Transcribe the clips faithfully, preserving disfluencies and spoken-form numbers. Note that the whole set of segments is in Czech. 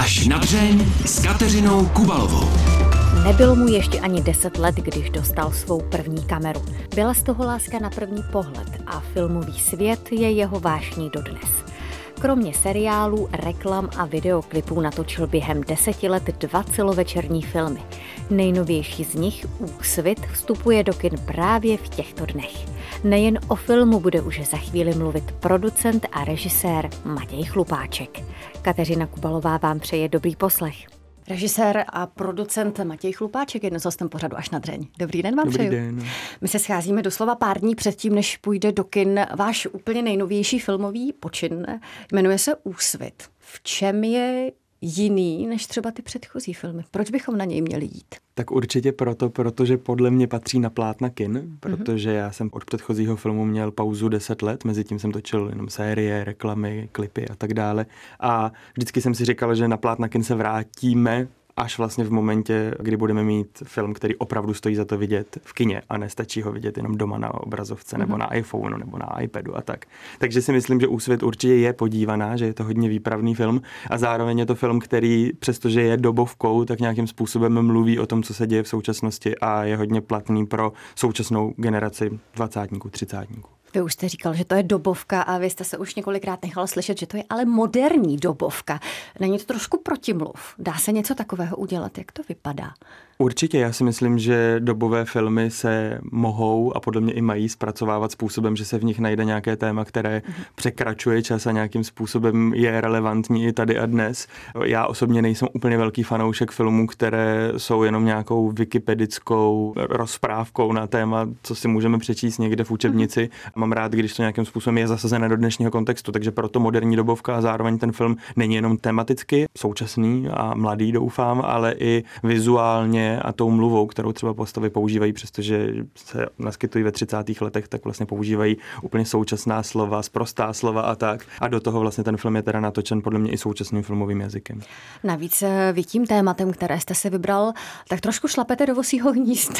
Až na dřeň s Kateřinou Kubalovou. Nebylo mu ještě ani deset let, když dostal svou první kameru. Byla z toho láska na první pohled a filmový svět je jeho vášní dodnes. Kromě seriálů, reklam a videoklipů natočil během deseti let dva celovečerní filmy. Nejnovější z nich, Úsvit, vstupuje do kin právě v těchto dnech. Nejen o filmu bude už za chvíli mluvit producent a režisér Matěj Chlupáček. Kateřina Kubalová vám přeje dobrý poslech. Režisér a producent Matěj Chlupáček je dnes hostem pořadu Až na dřeň. Dobrý den vám Dobrý přeju. Den. My se scházíme doslova pár dní předtím, než půjde do kin váš úplně nejnovější filmový počin. Jmenuje se Úsvit. V čem je jiný než třeba ty předchozí filmy? Proč bychom na něj měli jít? Tak určitě proto, protože podle mě patří na plátna kin, protože já jsem od předchozího filmu měl pauzu deset let, mezi tím jsem točil jenom série, reklamy, klipy a tak dále. A vždycky jsem si říkal, že na plátna kin se vrátíme až vlastně v momentě, kdy budeme mít film, který opravdu stojí za to vidět v kině a nestačí ho vidět jenom doma na obrazovce, mm-hmm. nebo na iPhoneu, nebo na iPadu a tak. Takže si myslím, že Úsvit určitě je podívaná, že je to hodně výpravný film a zároveň je to film, který, přestože je dobovkou, tak nějakým způsobem mluví o tom, co se děje v současnosti a je hodně platný pro současnou generaci dvacátníků, třicátníků. Vy už jste říkal, že to je dobovka a vy jste se už několikrát nechal slyšet, že to je ale moderní dobovka. Není to trošku protimluv? Dá se něco takového udělat? Jak to vypadá? Určitě, já si myslím, že dobové filmy se mohou a podle mě i mají zpracovávat způsobem, že se v nich najde nějaké téma, které mm. překračuje čas a nějakým způsobem je relevantní i tady a dnes. Já osobně nejsem úplně velký fanoušek filmů, které jsou jenom nějakou wikipedickou rozprávkou na téma, co si můžeme přečíst někde v učebnici. Mm. Mám rád, když to nějakým způsobem je zasazené do dnešního kontextu, takže proto moderní dobovka a zároveň ten film není jenom tematicky současný a mladý, doufám, ale i vizuálně a tou mluvou, kterou třeba postavy používají, přestože se naskytují ve třicátých letech, tak vlastně používají úplně současná slova, sprostá slova a tak. A do toho vlastně ten film je teda natočen podle mě i současným filmovým jazykem. Navíc vy tím tématem, které jste si vybral, tak trošku šlapete do vosího hnízda.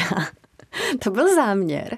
To byl záměr.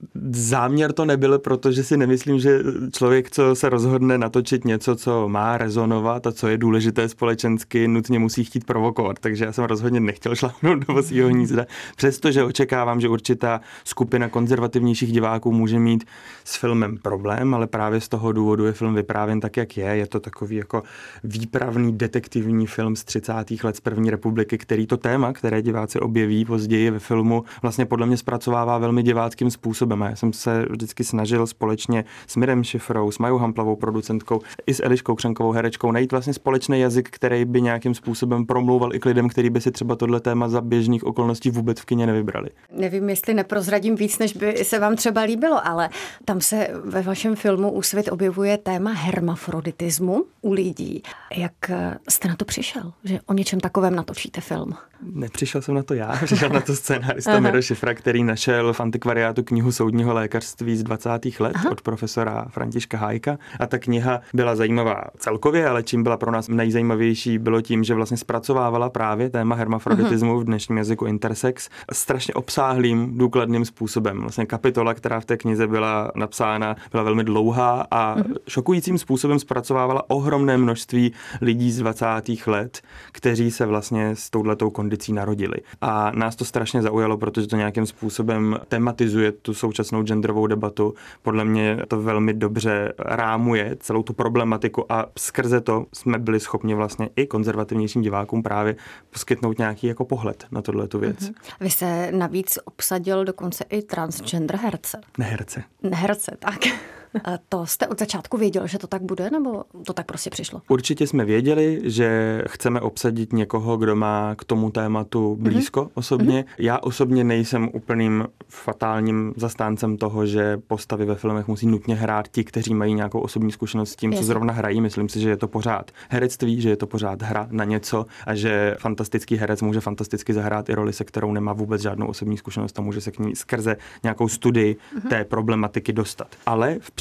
Záměr to nebyl, protože si nemyslím, že člověk, co se rozhodne natočit něco, co má rezonovat a co je důležité společensky, nutně musí chtít provokovat. Takže já jsem rozhodně nechtěl šlápnout do vosího hnízda, přestože očekávám, že určitá skupina konzervativnějších diváků může mít s filmem problém, ale právě z toho důvodu je film vyprávěn tak, jak je. Je to takový jako výpravný detektivní film z třicátých let z první republiky, který to téma, které diváci objeví později ve filmu, vlastně podle mě zpracovává velmi diváckým způsobem. Já jsem se vždycky snažil společně s Mirem Šifrou, s Majou Hamplavou, producentkou, i s Eliškou Křenkovou, herečkou, najít vlastně společný jazyk, který by nějakým způsobem promlouval i k lidem, který by si třeba tohle téma za běžných okolností vůbec v kině nevybrali. Nevím, jestli neprozradím víc, než by se vám třeba líbilo, ale tam se ve vašem filmu Úsvit objevuje téma hermafroditismu u lidí. Jak jste na to přišel, že o něčem takovém natočíte film? Nepřišel jsem na to já, přišel na to scénárista Miro Šifra, který našel v antikvariátu knihu soudního lékařství z dvacátých let Aha. od profesora Františka Hájka. A ta kniha byla zajímavá celkově, ale čím byla pro nás nejzajímavější, bylo tím, že vlastně zpracovávala právě téma hermafroditismu Aha. v dnešním jazyku intersex strašně obsáhlým, důkladným způsobem. Vlastně kapitola, která v té knize byla napsána, byla velmi dlouhá a Aha. šokujícím způsobem zpracovávala ohromné množství lidí z dvacátých let, kteří se vlastně s touhletou kondicí narodili. A nás to strašně zaujalo, protože to nějakým způsobem tematizuje tu současnou genderovou debatu. Podle mě to velmi dobře rámuje celou tu problematiku a skrze to jsme byli schopni vlastně i konzervativnějším divákům právě poskytnout nějaký jako pohled na tohletu věc. Mm-hmm. Vy jste navíc obsadil dokonce i transgender herce. Neherce. Neherce, tak. A to jste od začátku věděl, že to tak bude, nebo to tak prostě přišlo? Určitě jsme věděli, že chceme obsadit někoho, kdo má k tomu tématu blízko mm-hmm. osobně. Mm-hmm. Já osobně nejsem úplným fatálním zastáncem toho, že postavy ve filmech musí nutně hrát ti, kteří mají nějakou osobní zkušenost s tím, co zrovna hrají. Myslím si, že je to pořád herectví, že je to pořád hra na něco a že fantastický herec může fantasticky zahrát i roli, se kterou nemá vůbec žádnou osobní zkušenost a může se k ní skrze nějakou studii mm-hmm. té problematiky dostat. Ale v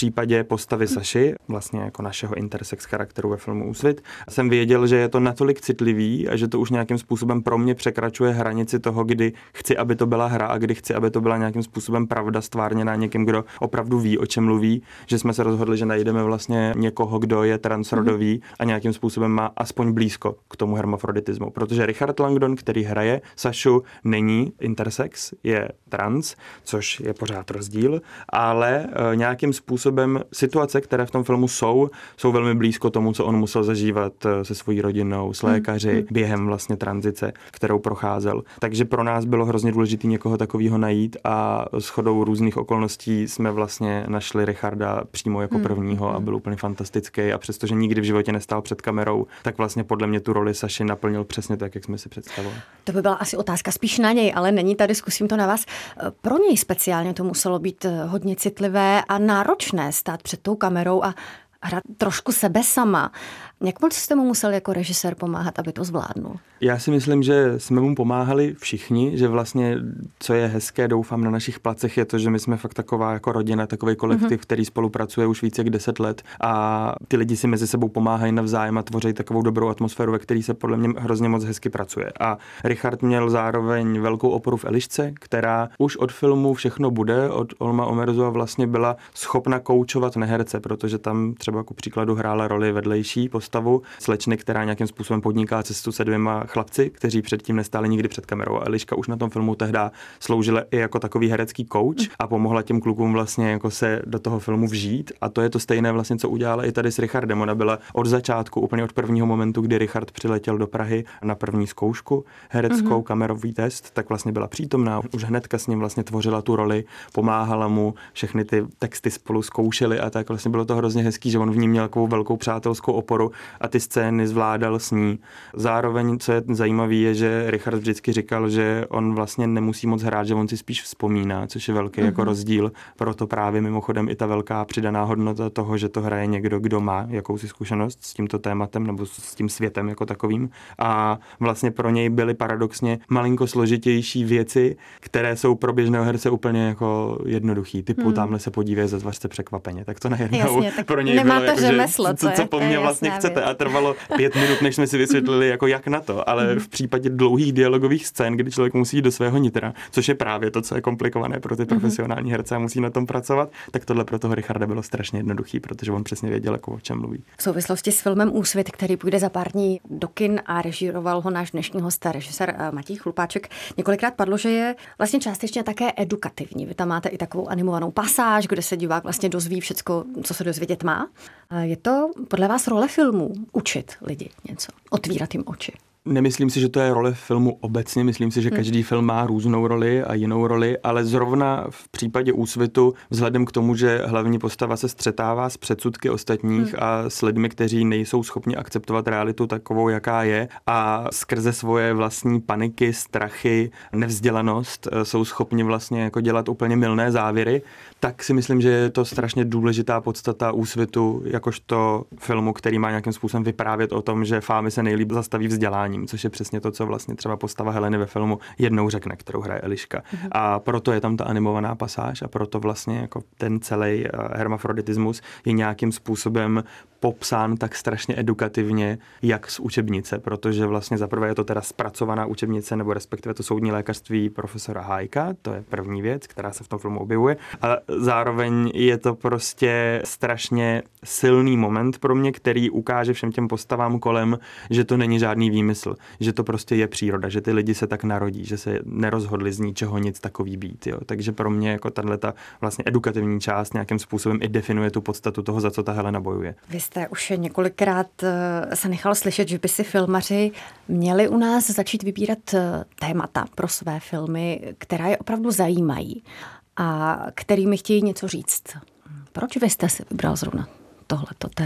případě postavy Saši, vlastně jako našeho intersex charakteru ve filmu Úsvit, jsem věděl, že je to natolik citlivý a že to už nějakým způsobem pro mě překračuje hranici toho, kdy chci, aby to byla hra a kdy chci, aby to byla nějakým způsobem pravda stvárněná někým, kdo opravdu ví, o čem mluví, že jsme se rozhodli, že najdeme vlastně někoho, kdo je transrodový a nějakým způsobem má aspoň blízko k tomu hermafroditismu, protože Richard Langdon, který hraje Sašu, není intersex, je trans, což je pořád rozdíl, ale e, nějakým způsobem situace, které v tom filmu jsou, jsou velmi blízko tomu, co on musel zažívat se svojí rodinou, s lékaři, hmm. během vlastně tranzice, kterou procházel. Takže pro nás bylo hrozně důležité někoho takového najít a shodou různých okolností jsme vlastně našli Richarda přímo jako prvního hmm. a byl úplně fantastický a přestože nikdy v životě nestál před kamerou, tak vlastně podle mě tu roli Saši naplnil přesně tak, jak jsme si představovali. To by byla asi otázka spíš na něj, ale není tady, zkusím to na vás. Pro něj speciálně to muselo být hodně citlivé a náročné stát před tou kamerou a hrát trošku sebe sama. Jak moc jste mu musel jako režisér pomáhat, aby to zvládnul? Já si myslím, že jsme mu pomáhali všichni, že vlastně, co je hezké, doufám, na našich placech, je to, že my jsme fakt taková jako rodina, takový kolektiv, mm-hmm. který spolupracuje už více jak deset let a ty lidi si mezi sebou pomáhají navzájem a tvoří takovou dobrou atmosféru, ve které se podle mě hrozně moc hezky pracuje. A Richard měl zároveň velkou oporu v Elišce, která už od filmu Všechno bude, od Olma Omerzova vlastně byla schopna koučovat neherce, protože tam třeba jako příkladu hrála roli vedlejší postavu slečny, která nějakým způsobem podniká cestu se dvěma chlapci, kteří předtím nestáli nikdy před kamerou. A Eliška už na tom filmu tehdy sloužila i jako takový herecký coach a pomohla těm klukům vlastně jako se do toho filmu vžít. A to je to stejné vlastně, co udělala i tady s Richardem. Ona byla od začátku, úplně od prvního momentu, kdy Richard přiletěl do Prahy na první zkoušku hereckou, mm-hmm. kamerový test, tak vlastně byla přítomná. Už hnedka s ním vlastně tvořila tu roli, pomáhala mu, všechny ty texty spolu zkoušeli a tak vlastně bylo to hrozně hezký, že on v ní měl takovou velkou přátelskou oporu a ty scény zvládal s ní. Zároveň, co je zajímavé, je, že Richard vždycky říkal, že on vlastně nemusí moc hrát, že on si spíš vzpomíná, což je velký mm-hmm. jako rozdíl. Proto právě mimochodem i ta velká přidaná hodnota toho, že to hraje někdo, kdo má jakousi zkušenost s tímto tématem nebo s tím světem jako takovým. A vlastně pro něj byly paradoxně malinko složitější věci, které jsou pro běžného herce úplně jako jednoduchý. Typu hmm. tamhle se podívej, zazvař se překvapeně. Tak to najednou jasně, tak pro něj bylo jako, řemeslo, že, co, co po mně vlastně chcete. A trvalo pět minut, než jsme si vysvětlili, jako jak na to. Ale hmm. v případě dlouhých dialogových scén, kdy člověk musí jít do svého nitra, což je právě to, co je komplikované pro ty profesionální herce a musí na tom pracovat, tak tohle pro toho Richarda bylo strašně jednoduchý, protože on přesně věděl, jako o čem mluví. V souvislosti s filmem Úsvit, který půjde za pár dní do kin a režíroval ho náš dnešní host, režisér Matěj Chlupáček, několikrát padlo, že je vlastně částečně také edukativní. Vy tam máte i takovou animovanou pasáž, kde se divák vlastně dozví všecko, co se dozvědět má. Je to podle vás role filmů učit lidi něco, otvírat jim oči? Nemyslím si, že to je role filmu obecně, myslím si, že každý film má různou roli a jinou roli, ale zrovna v případě Úsvitu, vzhledem k tomu, že hlavní postava se střetává s předsudky ostatních hmm. a s lidmi, kteří nejsou schopni akceptovat realitu takovou, jaká je a skrze svoje vlastní paniky, strachy, nevzdělanost jsou schopni vlastně jako dělat úplně mylné závěry, tak si myslím, že je to strašně důležitá podstata Úsvitu, jakožto filmu, který má nějakým způsobem vyprávět o tom, že fámy se nejlíp zastaví vzdělání, což je přesně to, co vlastně třeba postava Heleny ve filmu jednou řekne, kterou hraje Eliška. Mm-hmm. A proto je tam ta animovaná pasáž a proto vlastně jako ten celý hermafroditismus je nějakým způsobem popsán tak strašně edukativně, jak z učebnice, protože vlastně zaprvé je to teda zpracovaná učebnice, nebo respektive to soudní lékařství profesora Hájka, to je první věc, která se v tom filmu objevuje, ale zároveň je to prostě strašně silný moment pro mě, který ukáže všem těm postavám kolem, že to není žádný výmysl, že to prostě je příroda, že ty lidi se tak narodí, že se nerozhodli z ničeho nic takový být. Jo. Takže pro mě jako tato vlastně edukativní část nějakým způsobem i definuje tu podstatu toho, za co ta Helena bojuje. Vy jste už několikrát se nechal slyšet, že by si filmaři měli u nás začít vybírat témata pro své filmy, která je opravdu zajímají a kterými chtějí něco říct. Proč vy jste si vybral zrovna tohleto téma?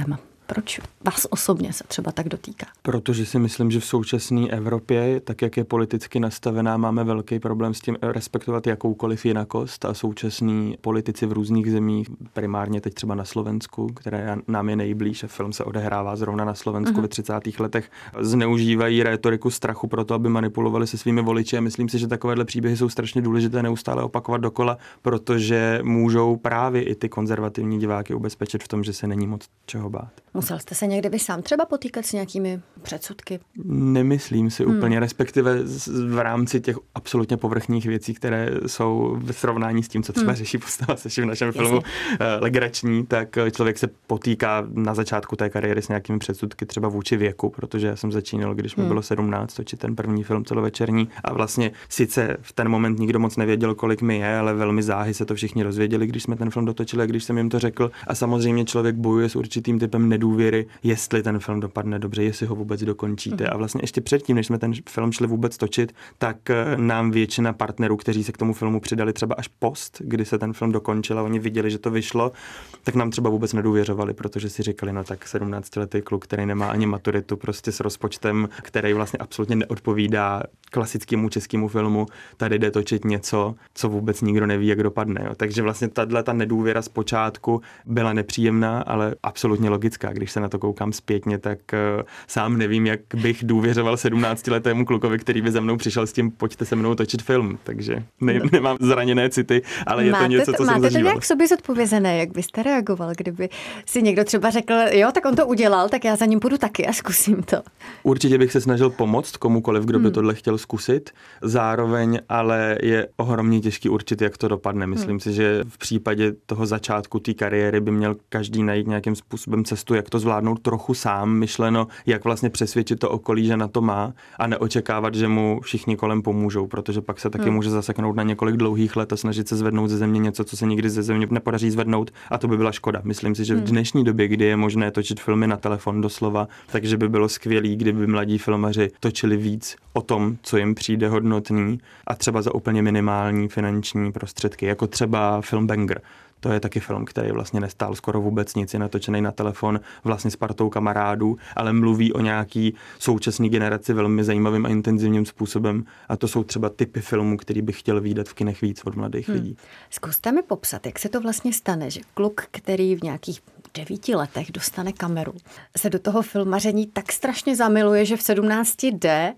Proč vás osobně se třeba tak dotýká? Protože si myslím, že v současné Evropě, tak jak je politicky nastavená, máme velký problém s tím respektovat jakoukoliv jinakost a současní politici v různých zemích, primárně teď třeba na Slovensku, které nám je nejblíž a film se odehrává zrovna na Slovensku uh-huh. ve třicátých letech, zneužívají rétoriku strachu pro to, aby manipulovali se svými voliči a myslím si, že takovéhle příběhy jsou strašně důležité neustále opakovat dokola, protože můžou právě i ty konzervativní diváky ubezpečit v tom, že se není moc čeho bát. Musel jste se někdy vy sám třeba potýkat s nějakými předsudky? Nemyslím si hmm. úplně, respektive v rámci těch absolutně povrchních věcí, které jsou ve srovnání s tím, co třeba hmm. řeší postava Saši v našem Jasně. filmu legrační, tak člověk se potýká na začátku té kariéry s nějakými předsudky třeba vůči věku, protože já jsem začínal, když mi hmm. bylo sedmnáct, točit ten první film celovečerní a vlastně sice v ten moment nikdo moc nevěděl, kolik mi je, ale velmi záhy se to všichni rozvěděli, když jsme ten film dotočili, když jsem jim to řekl a samozřejmě člověk bojuje s určitým typem nedůvěry, jestli ten film dopadne dobře, jestli ho vůbec dokončíte. Mm. A vlastně ještě předtím, než jsme ten film šli vůbec točit, tak nám většina partnerů, kteří se k tomu filmu přidali třeba až post, kdy se ten film dokončil a oni viděli, že to vyšlo, tak nám třeba vůbec nedůvěřovali, protože si říkali, no tak sedmnáctiletý kluk, který nemá ani maturitu, prostě s rozpočtem, který vlastně absolutně neodpovídá klasickému českému filmu, tady jde točit něco, co vůbec nikdo neví, jak dopadne. Jo. Takže vlastně tahle ta nedůvěra zpočátku byla nepříjemná, ale absolutně logická. Když se na to koukám zpětně, tak uh, sám nevím, jak bych důvěřoval sedmnáctiletému klukovi, který by za mnou přišel s tím, pojďte se mnou točit film. Takže ne, nemám zraněné city, ale je máte, to něco, co máte jsem zažíval. Máte to nějak v sobě zodpovězené, jak byste reagoval, kdyby si někdo třeba řekl, jo, tak on to udělal, tak já za ním půjdu taky a zkusím to. Určitě bych se snažil pomoct komukoliv, kdo by hmm. tohle chtěl zkusit. Zároveň ale je ohromně těžký určit, jak to dopadne. Myslím hmm. si, že v případě toho začátku té kariéry by měl každý najít nějakým způsobem cestu, jak to zvládnout trochu sám, myšleno, jak vlastně přesvědčit to okolí, že na to má a neočekávat, že mu všichni kolem pomůžou, protože pak se taky hmm. může zaseknout na několik dlouhých let a snažit se zvednout ze země něco, co se nikdy ze země nepodaří zvednout a to by byla škoda. Myslím si, že v dnešní době, kdy je možné točit filmy na telefon doslova, takže by bylo skvělý, kdyby mladí filmaři točili víc o tom, co jim přijde hodnotný a třeba za úplně minimální finanční prostředky, jako třeba film Banger. To je taky film, který vlastně nestál skoro vůbec nic, je natočený na telefon vlastně s partou kamarádů, ale mluví o nějaký současné generaci velmi zajímavým a intenzivním způsobem a to jsou třeba typy filmů, který bych chtěl vidět v kinech víc od mladých hmm. lidí. Zkuste mi popsat, jak se to vlastně stane, že kluk, který v nějakých devíti letech dostane kameru, se do toho filmaření tak strašně zamiluje, že v sedmnácti jde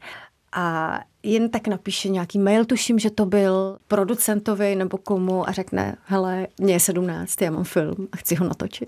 a jen tak napíše nějaký mail, tuším, že to byl producentovi nebo komu a řekne, hele, mě je sedmnáct, já mám film a chci ho natočit.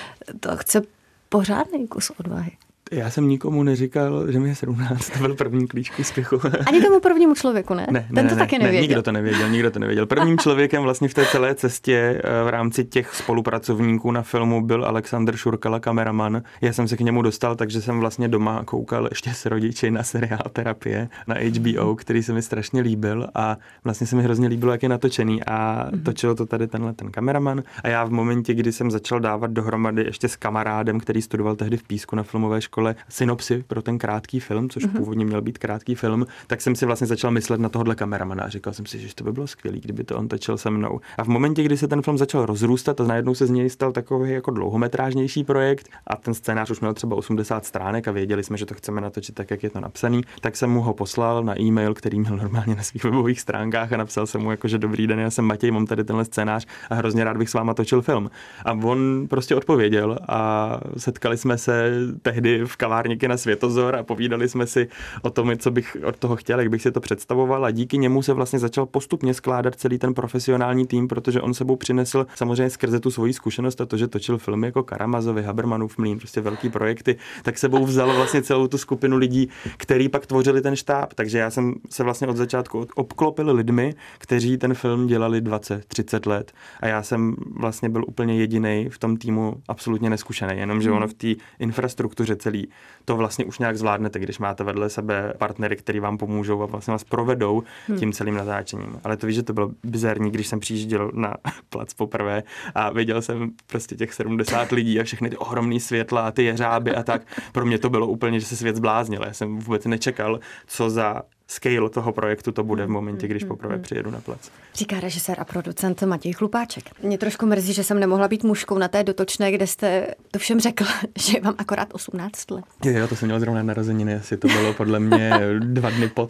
To chce pořádný kus odvahy. Já jsem nikomu neříkal, že mi je sedmnáct, to byl první klíč k úspěchu. Ani tomu prvnímu člověku, ne? Ne, Ten ne, to ne, taky ne, nevěděl. nikdo to nevěděl, nikdo to nevěděl. Prvním člověkem vlastně v té celé cestě v rámci těch spolupracovníků na filmu byl Alexander Šurkala, kameraman. Já jsem se k němu dostal, takže jsem vlastně doma koukal ještě s rodiči na seriál Terapie na H B O, který se mi strašně líbil a vlastně se mi hrozně líbilo, jak je natočený a točil to tady tenhle ten kameraman a já v momentě, kdy jsem začal dávat dohromady ještě s kamarádem, který studoval tehdy v Písku na filmové škole, synopsy pro ten krátký film, což mm-hmm. původně měl být krátký film, tak jsem si vlastně začal myslet na tohohle kameramana a říkal jsem si, že to by bylo skvělý, kdyby to on točil se mnou. A v momentě, kdy se ten film začal rozrůstat a najednou se z něj stal takový jako dlouhometrážnější projekt a ten scénář už měl třeba osmdesát stránek a věděli jsme, že to chceme natočit tak, jak je to napsaný, tak jsem mu ho poslal na e-mail, který měl normálně na svých webových stránkách a napsal jsem mu jako, že dobrý den, já jsem Matěj, mám tady tenhle scénář a hrozně rád bych s váma točil film. A on prostě odpověděl a setkali jsme se tehdy v kavárně na Světozor a povídali jsme si o tom, co bych od toho chtěl, jak bych si to představoval a díky němu se vlastně začal postupně skládat celý ten profesionální tým, protože on sebou přinesl samozřejmě skrze tu svoji zkušenost a to, že točil filmy jako Karamazovi, Habermanův mlýn, prostě velký projekty, tak sebou vzal vlastně celou tu skupinu lidí, který pak tvořili ten štáb. Takže já jsem se vlastně od začátku obklopil lidmi, kteří ten film dělali dvacet třicet let a já jsem vlastně byl úplně jedinej v tom týmu absolutně neskušený, jenomže ono v té infrastruktuře celý to vlastně už nějak zvládnete, když máte vedle sebe partnery, kteří vám pomůžou a vlastně vás provedou tím celým natáčením. Ale to víš, že to bylo bizarní, když jsem přijížděl na plac poprvé a viděl jsem prostě těch sedmdesát lidí a všechny ty ohromný světla a ty jeřáby a tak. Pro mě to bylo úplně, že se svět zbláznil. Já jsem vůbec nečekal, co za scale toho projektu to bude v momentě, když poprvé přijedu na plac. Říká režisér a producent Matěj Chlupáček. Mě trošku mrzí, že jsem nemohla být mužkou na té dotočné, kde jste to všem řekl, že je vám akorát osmnáct let. Jo, to jsem měl zrovna narozeniny, asi to bylo podle mě dva dny po.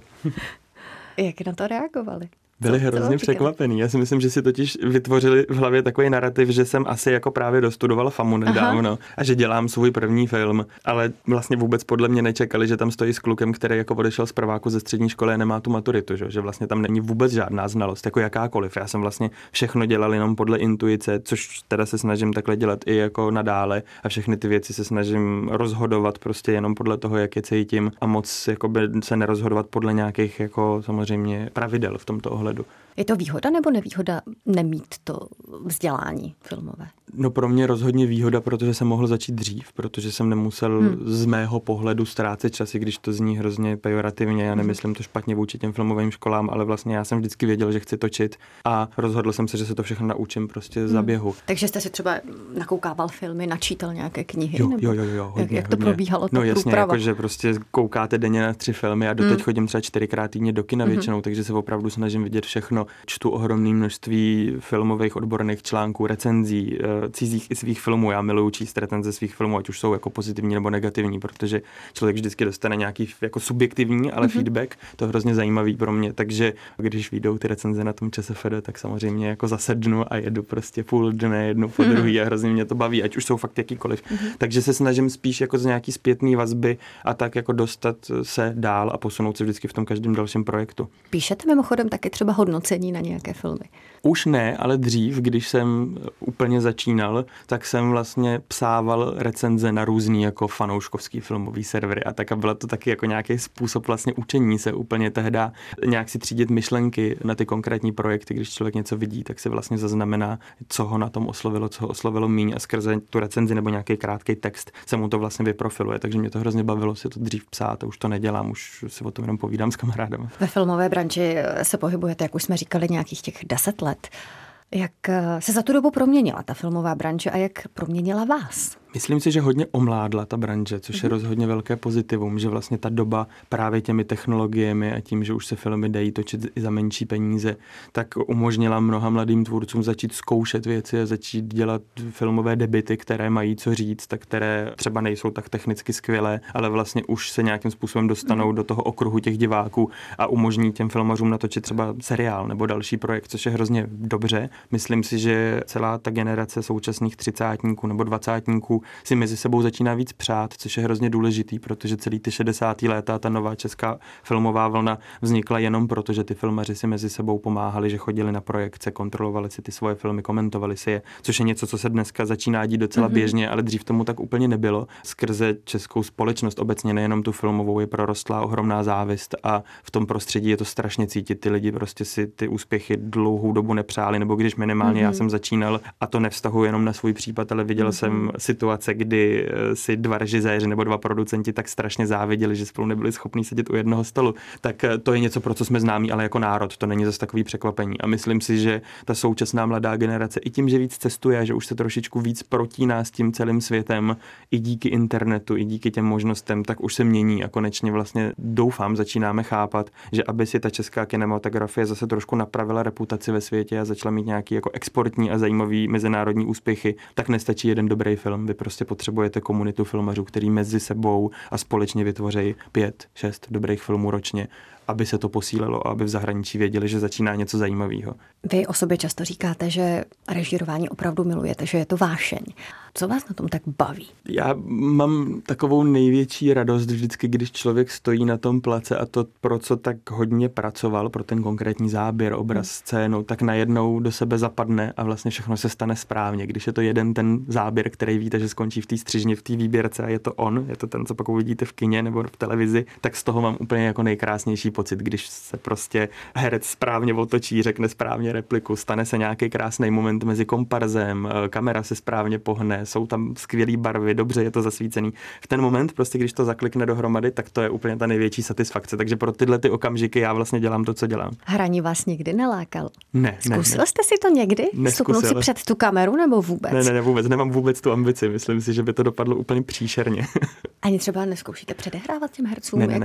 Jak na to reagovali? Byli hrozně překvapený. Já si myslím, že si totiž vytvořili v hlavě takový narrativ, že jsem asi jako právě dostudoval FAMu nedávno Aha. a že dělám svůj první film, ale vlastně vůbec podle mě nečekali, že tam stojí s klukem, který jako odešel z prváku ze střední školy a nemá tu maturitu, že, že vlastně tam není vůbec žádná znalost, jako jakákoliv. Já jsem vlastně všechno dělal jenom podle intuice, což teda se snažím takhle dělat i jako nadále a všechny ty věci se snažím rozhodovat prostě jenom podle toho, jak je cítím a moc jakoby se nerozhodovat podle nějakých jako samozřejmě pravidel v tomto ohledu. Je to výhoda nebo nevýhoda nemít to vzdělání filmové? No pro mě rozhodně výhoda, protože jsem mohl začít dřív, protože jsem nemusel hmm. z mého pohledu ztrácet časy, když to zní hrozně pejorativně. Já nemyslím to špatně vůči těm filmovým školám, ale vlastně já jsem vždycky věděl, že chci točit a rozhodl jsem se, že se to všechno naučím prostě hmm. za běhu. Takže jste si třeba nakoukával filmy, načítal nějaké knihy? Jo, nebo jo, jo, jo hodně, jak, jak to hodně. probíhalo? No jasně, průprava? jako, že prostě koukáte denně na tři filmy a doteď hmm. chodím třeba čtyřikrát týdně do kina většinou, hmm. takže se opravdu snažím vidět všechno. Čtu ohromné množství filmových odborných článků, recenzí, cizích i svých filmů. Já miluji číst recenze svých filmů, ať už jsou jako pozitivní nebo negativní, protože člověk vždycky dostane nějaký jako subjektivní, ale mm-hmm. feedback, to je hrozně zajímavý pro mě, takže když vyjdou ty recenze na tom ČSFD, tak samozřejmě jako zasednu a jedu prostě půl dne, jednu po druhý mm-hmm. a hrozně mě to baví, ať už jsou fakt jakýkoliv. Mm-hmm. Takže se snažím spíš jako z nějaký zpětný vazby a tak jako dostat se dál a posunout se vždycky v tom každém dalším projektu. Píšete mimochodem taky třeba hodnocení na nějaké filmy? Už ne, ale dřív, když jsem úplně začínal, tak jsem vlastně psával recenze na různý jako fanouškovský filmový servery a tak a bylo to taky jako nějaký způsob vlastně učení se úplně tehda nějak si třídit myšlenky na ty konkrétní projekty, když člověk něco vidí, tak se vlastně zaznamená, co ho na tom oslovilo, co ho oslovilo míň a skrze tu recenzi nebo nějaký krátký text se mu to vlastně vyprofiluje, takže mě to hrozně bavilo si to dřív psát a už to nedělám, už si o tom jenom povídám s kamarádama. Ve filmové branži se pohybujete, jak už jsme říkali, nějakých těch deset let. Jak se za tu dobu proměnila ta filmová branže a jak proměnila vás? Myslím si, že hodně omládla ta branže, což je rozhodně velké pozitivum, že vlastně ta doba právě těmi technologiemi a tím, že už se filmy dají točit i za menší peníze, tak umožnila mnoha mladým tvůrcům začít zkoušet věci a začít dělat filmové debuty, které mají co říct, tak které třeba nejsou tak technicky skvělé, ale vlastně už se nějakým způsobem dostanou do toho okruhu těch diváků a umožní těm filmařům natočit třeba seriál nebo další projekt, což je hrozně dobře. Myslím si, že celá ta generace současných třicátníků nebo dvacátníků si mezi sebou začíná víc přát, což je hrozně důležitý, protože celý ty šedesátá léta ta nová česká filmová vlna vznikla jenom proto, že ty filmaři si mezi sebou pomáhali, že chodili na projekce, kontrolovali si ty svoje filmy, komentovali si je, což je něco, co se dneska začíná dít docela mm-hmm. běžně, ale dřív tomu tak úplně nebylo. Skrze českou společnost obecně, nejenom tu filmovou, je prorostlá ohromná závist a v tom prostředí je to strašně cítit. Ty lidi prostě si ty úspěchy dlouhou dobu nepřáli, nebo když minimálně mm-hmm. já jsem začínal, a to nevztahuji jenom na svůj případ, ale viděl mm-hmm. jsem situace, kdy si dva režiséři nebo dva producenti tak strašně záviděli, že spolu nebyli schopní sedět u jednoho stolu. Tak to je něco, pro co jsme známí, ale jako národ, to není zase takový překvapení. A myslím si, že ta současná mladá generace i tím, že víc cestuje, že už se trošičku víc protíná s tím celým světem, i díky internetu, i díky těm možnostem, tak už se mění a konečně vlastně doufám, začínáme chápat, že aby si ta česká kinematografie zase trošku napravila reputaci ve světě a začala mít nějaký jako exportní a zajímavý mezinárodní úspěchy, tak nestačí jeden dobrý film. Vy prostě potřebujete komunitu filmařů, který mezi sebou a společně vytvoří pět, šest dobrých filmů ročně, aby se to posílilo a aby v zahraničí věděli, že začíná něco zajímavého. Vy o sobě často říkáte, že režírování opravdu milujete, že je to vášeň. Co vás na tom tak baví? Já mám takovou největší radost vždycky, když člověk stojí na tom place a to, pro co tak hodně pracoval, pro ten konkrétní záběr, obraz, scénu, tak najednou do sebe zapadne a vlastně všechno se stane správně. Když je to jeden ten záběr, který víte, že skončí v té střižně, v té výběrce a je to on, je to ten, co pak uvidíte v kině nebo v televizi, tak z toho mám úplně jako nejkrásnější pocit, když se prostě herec správně otočí, řekne správně repliku, stane se nějaký krásný moment mezi komparzem, kamera se správně pohne, jsou tam skvělý barvy, dobře je to zasvícený. V ten moment prostě, když to zaklikne dohromady, tak to je úplně ta největší satisfakce. Takže pro tyhle ty okamžiky já vlastně dělám to, co dělám. Hraní vás někdy nelákal? Ne, Zkusil ne, ne. jste si to někdy? Stupnout si před tu kameru nebo vůbec? Ne, ne, ne, vůbec. Nemám vůbec tu ambici. Myslím si, že by to dopadlo úplně příšerně. Ani třeba neskoušíte předehrávat těm hercům, ne, ne, jak ne.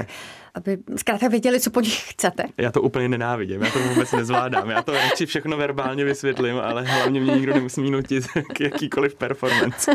aby zkrátka věděli, co po nich chcete? Já to úplně nenávidím, já to vůbec nezvládám. Já to radši všechno verbálně vysvětlím, ale hlavně mě nikdo nemusí nutit k jakýkoliv performance.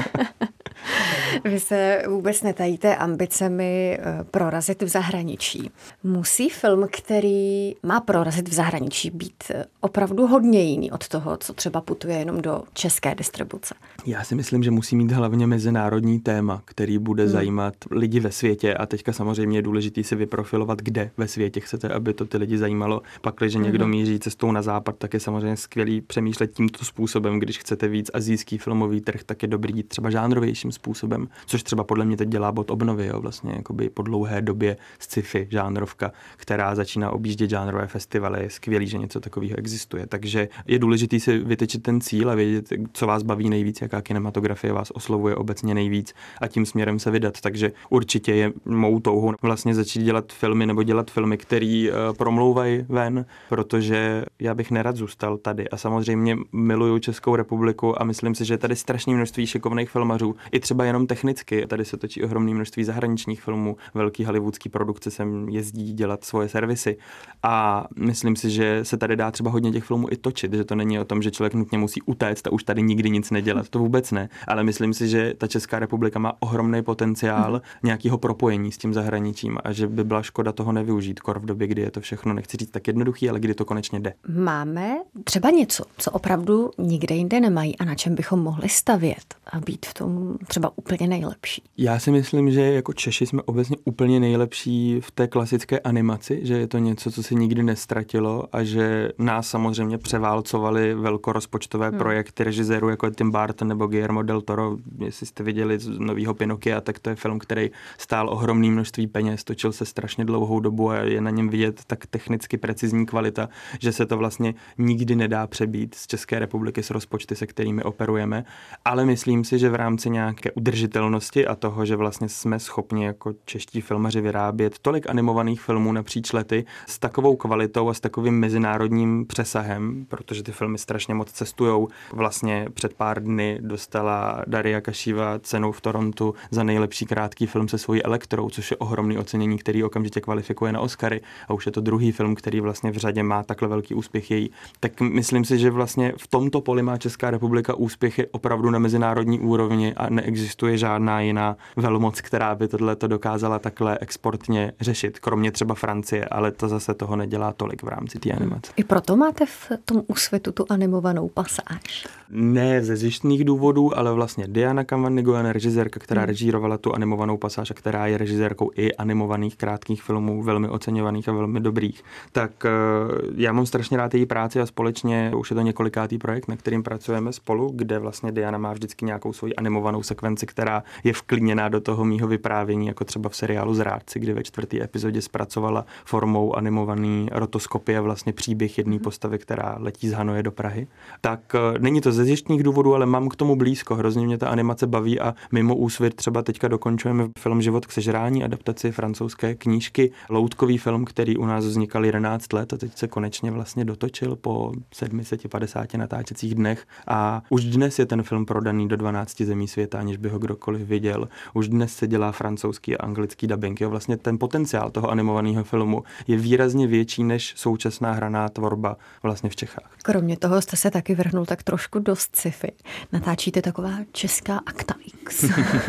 Vy se vůbec netajíte ambicemi prorazit v zahraničí. Musí film, který má prorazit v zahraničí, být opravdu hodně jiný od toho, co třeba putuje jenom do české distribuce? Já si myslím, že musí mít hlavně mezinárodní téma, který bude hmm. zajímat lidi ve světě a teďka samozřejmě je důležitý si vyprofilovat, kde ve světě chcete, aby to ty lidi zajímalo. Pakliže že někdo hmm. míří cestou na západ, tak je samozřejmě skvělý přemýšlet tímto způsobem. Když chcete víc asijský filmový trh, tak je dobrý jít třeba žánrovějším způsobem, což třeba podle mě teď dělá Bod obnovy, jo, vlastně jakoby po dlouhé době sci-fi žánrovka, která začíná objíždět žánrové festivaly. Je skvělý, že něco takového existuje. Takže je důležitý si vytyčit ten cíl a vědět, co vás baví nejvíc, jaká kinematografie vás oslovuje obecně nejvíc a tím směrem se vydat. Takže určitě je mou touhou vlastně začít dělat filmy nebo dělat filmy, který uh, promlouvají ven, protože já bych nerad zůstal tady a samozřejmě miluju Českou republiku a myslím si, že je tady strašné množství šikovných filmařů, i třeba jenom technicky. Tady se točí ohromné množství zahraničních filmů, velký hollywoodský produkce sem jezdí dělat svoje servisy a myslím si, že se tady dá třeba hodně těch filmů i točit, že to není o tom, že člověk nutně musí utéct a už tady nikdy nic nedělat, to vůbec ne, ale myslím si, že ta Česká republika má ohromný potenciál hmm. nějakého propojení s tím zahraničím a že by byla škoda toho nevyužít, kor v době, kdy je to všechno, nechci říct tak jednoduchý, ale kdy to konečně jde. Máme třeba něco, co opravdu nikde jinde nemají a na čem bychom mohli stavět a být v tom třeba úplně nejlepší? Já si myslím, že jako Češi jsme obecně úplně nejlepší v té klasické animaci, že je to něco, co se nikdy nestratilo a že nás samozřejmě převálcovaly velkorozpočtové hmm. projekty režisérů jako Tim Burton nebo Guillermo del Toro. Jestli jste viděli z novýho Pinokia, tak to je film, který stál ohromné množství peněz, točil se strašně dlouhou dobu a je na něm vidět tak technicky precizní kvalita, že se to vlastně nikdy nedá přebít z České republiky s rozpočty, se kterými operujeme, ale myslím si, že v rámci nějaké udržitelnosti a toho, že vlastně jsme schopni jako čeští filmaři vyrábět tolik animovaných filmů napříč lety s takovou kvalitou a s takovým mezinárodním přesahem, protože ty filmy strašně moc cestujou. Vlastně před pár dny dostala Daria Kašíva cenu v Torontu za nejlepší krátký film se svojí Elektrou, což je ohromný ocenění, který okamžitě kvalifikuje na Oscary a už je to druhý film, který vlastně v řadě má takhle velký úspěch její. Tak myslím si, že vlastně v tomto poli má Česká republika úspěchy opravdu na mezinárodní úrovni a neexistuje žádná jiná velmoc, která by tohleto dokázala takhle exportně řešit, kromě třeba Francie, ale to zase toho nedělá tolik v rámci té animace. I proto máte v tom Úsvitu tu animovanou pasáž? Ne ze zjištných důvodů, ale vlastně Diana Kavan-Nguyen, režisérka, která hmm. režírovala tu animovanou pasáž a která je režisérkou i animovaných krátkých filmů, velmi oceňovaných a velmi dobrých. Tak já mám strašně rád její práci a společně už je to několikátý projekt, na kterým pracujeme spolu, kde vlastně Diana má vždycky nějakou svoji animovanou sekvenci, která je vklíněná do toho mýho vyprávění, jako třeba v seriálu Zrádci, kdy ve čtvrté epizodě zpracovala formou animovaný rotoskopie vlastně příběh jedné postavy, která letí z Hanoje do Prahy. Tak není to ze zjištních důvodů, ale mám k tomu blízko. Hrozně mě ta animace baví a mimo Úsvit třeba teďka dokončujeme film Život k sežrání, adaptaci francouzské knížky, loutkový film, který u nás vznikal jedenáct let a teď se konečně vlastně dotočil po sedm set padesáti natáčecích dnech a už dnes je ten film prodaný do dvanácti zemí světa, aniž by ho kdokoliv viděl. Už dnes se dělá francouzský a anglický dabing. Jo, vlastně ten potenciál toho animovaného filmu je výrazně větší než současná hraná tvorba vlastně v Čechách. Kromě toho jste se taky vrhnul tak trošku do sci-fi. Natáčíte taková česká Akta X.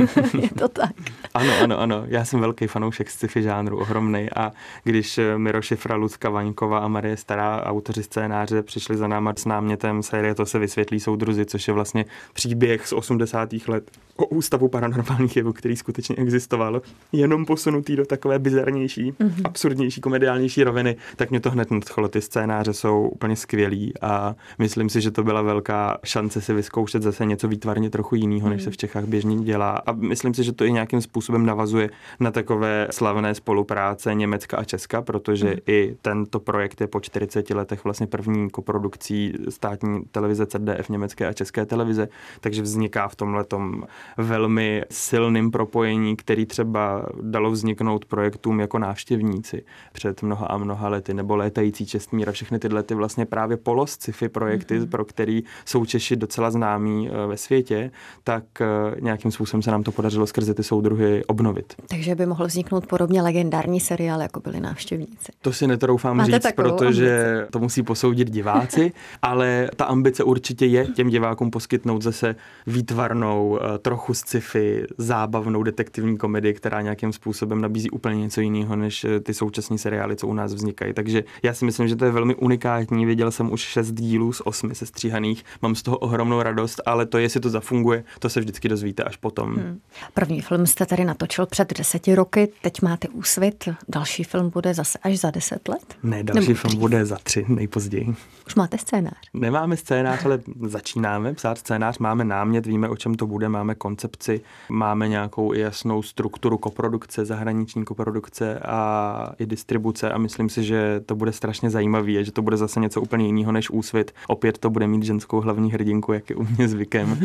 Je to tak? Ano, ano, ano. Já jsem velký fanoušek sci-fi žánru, ohromnej a když Miro Šifra, Lucka Vaňková a Marie Stará, autoři scénáře, přišli za náma s námětem série To se vysvětlí soudruzi, což je vlastně příběh z osmdesátých let o ústavu paranormálních jevů, který skutečně existoval, jenom posunutý do takové bizarnější, mm-hmm. absurdnější, komediálnější roviny, tak mě to hned nadchlo. Ty scénáře jsou úplně skvělý a myslím si, že to byla velká šance si vyzkoušet zase něco výtvarně trochu jiného, než se v Čechách běžně dělá. A myslím si, že to i nějakým způsobem navazuje na takové slavné spolupráce Německa a Česka, protože mm. i tento projekt je po čtyřiceti letech vlastně první koprodukcí státní televize C D F německé a české televize, takže vzniká v tomhletom velmi silným propojení, který třeba dalo vzniknout projektům jako Návštěvníci před mnoha a mnoha lety, nebo Létající čestmír a všechny tyhle ty vlastně právě post-sci-fi projekty, mm-hmm. pro který jsou Češi docela známí ve světě, tak nějakým způsobem se nám to podařilo skrze ty soudruhy obnovit. Takže by mohl vzniknout podobně legendární seriál, jako byli Návštěvníci. To si netroufám Máte říct, protože ambici? To musí posoudit diváci, ale ta ambice určitě je těm divákům poskytnout zase výtvarnou, trochu sci-fi, zábavnou detektivní komedii, která nějakým způsobem nabízí úplně něco jiného, než ty současné seriály, co u nás vznikají. Takže já si myslím, že to je velmi unikátní. Viděl jsem už šest dílů z osmi sestříhaných, mám z toho ohromnou radost, ale to, jestli to zafunguje, to se vždycky dozvíte až potom. Hmm. První film jste tady natočil před deseti roky, teď máte Úsvit, další film bude zase až za deset let? Ne, další Nebo film dřív. Bude za tři, nejpozději. Už máte scénář? Nemáme scénář, ale začínáme psát scénář, máme námět, víme, o čem to bude, máme koncepci, máme nějakou jasnou strukturu koprodukce, zahraniční koprodukce a i distribuce a myslím si, že to bude strašně zajímavý, že to bude zase něco úplně jiného než Úsvit. Opět to bude mít ženskou hlavní hrdinku, jak je u mě zvykem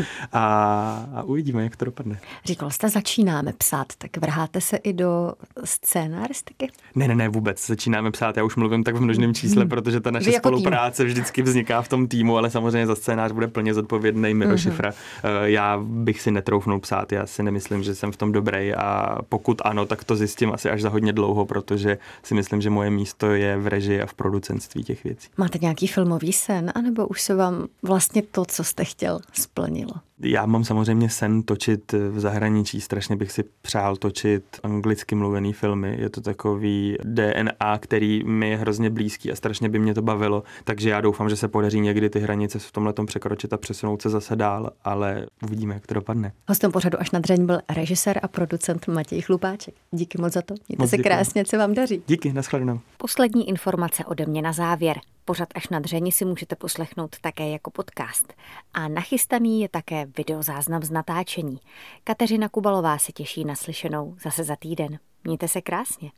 a, a uvidíme, jak to dopadne. Říkal jste, začínáme psát, tak vrháte se i do scénaristiky? Ne, ne, ne, vůbec. Začínáme psát, já už mluvím tak v množném čísle, protože ta naše jako spolupráce tým. Vždycky vzniká v tom týmu, ale samozřejmě za scénář bude plně zodpovědný Miro uh-huh. Šifra. Já bych si netroufnul psát, já si nemyslím, že jsem v tom dobrý a pokud ano, tak to zjistím asi až za hodně dlouho, protože si myslím, že moje místo je v režii a v producentství těch věcí. Máte nějaký filmový sen, anebo už se vám vlastně to, co jste chtěl, splnilo? Já mám samozřejmě sen točit v zahraničí, strašně bych si přál točit anglicky mluvený filmy. Je to takový D N A, který mi je hrozně blízký a strašně by mě to bavilo, takže já doufám, že se podaří někdy ty hranice v tomhletom překročit a přesunout se zase dál, ale uvidíme, jak to dopadne. Hostem pořadu Až na dřeň byl režisér a producent Matěj Chlupáček. Díky moc za to. Mějte moc se děkuji. Krásně, co vám daří. Díky, nashledanou. Poslední informace ode mě na závěr. Pořad Až na dřeni si můžete poslechnout také jako podcast. A nachystaný je také videozáznam z natáčení. Kateřina Kubalová se těší na slyšenou zase za týden. Mějte se krásně.